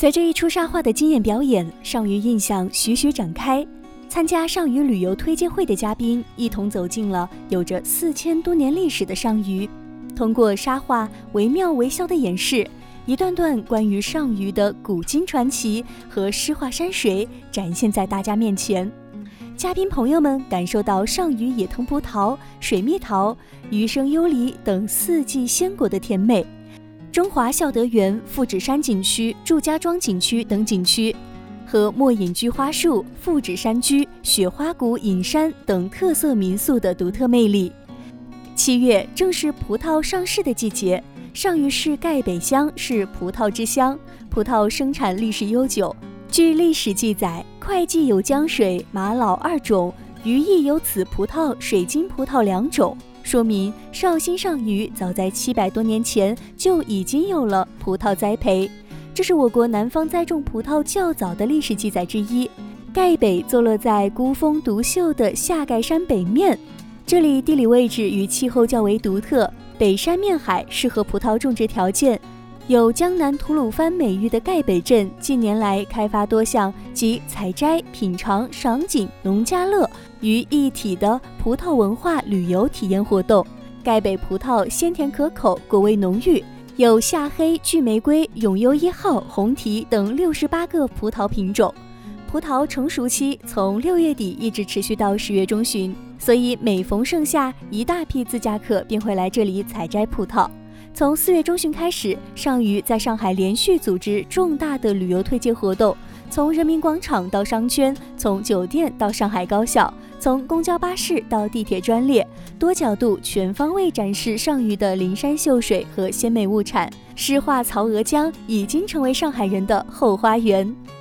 随着一出沙画的惊艳表演，上虞印象徐徐展开。参加上虞旅游推介会的嘉宾一同走进了有着4000多年历史的上虞，通过沙画惟妙惟肖的演示，一段段关于上虞的古今传奇和诗画山水展现在大家面前。嘉宾朋友们感受到上虞野藤葡萄、水蜜桃、余生幽梨等四季鲜果的甜美，中华孝德园、富止山景区、祝家庄景区等景区和墨影菊花树、富止山居、雪花谷隐山等特色民宿的独特魅力。7月正是葡萄上市的季节，上虞市盖北乡是葡萄之乡，葡萄生产历史悠久。据历史记载，会稽有江水、玛瑙2种，余邑有此葡萄、水晶葡萄2种，说明绍兴上虞早在700多年前就已经有了葡萄栽培，这是我国南方栽种葡萄较早的历史记载之一。盖北坐落在孤峰独秀的下盖山北面，这里地理位置与气候较为独特，北山面海，适合葡萄种植条件。有江南吐鲁番美誉的盖北镇近年来开发多项集采摘、品尝、赏景、农家乐于一体的葡萄文化旅游体验活动。盖北葡萄鲜甜可口，果味浓郁，有夏黑、巨玫瑰、永优1号、红提等68个葡萄品种。葡萄成熟期从6月底一直持续到10月中旬，所以每逢盛夏，一大批自驾客便会来这里采摘葡萄。从4月中旬开始，上虞在上海连续组织重大的旅游推介活动，从人民广场到商圈，从酒店到上海高校，从公交巴士到地铁专列，多角度全方位展示上虞的灵山秀水和鲜美物产。诗画曹娥江已经成为上海人的后花园。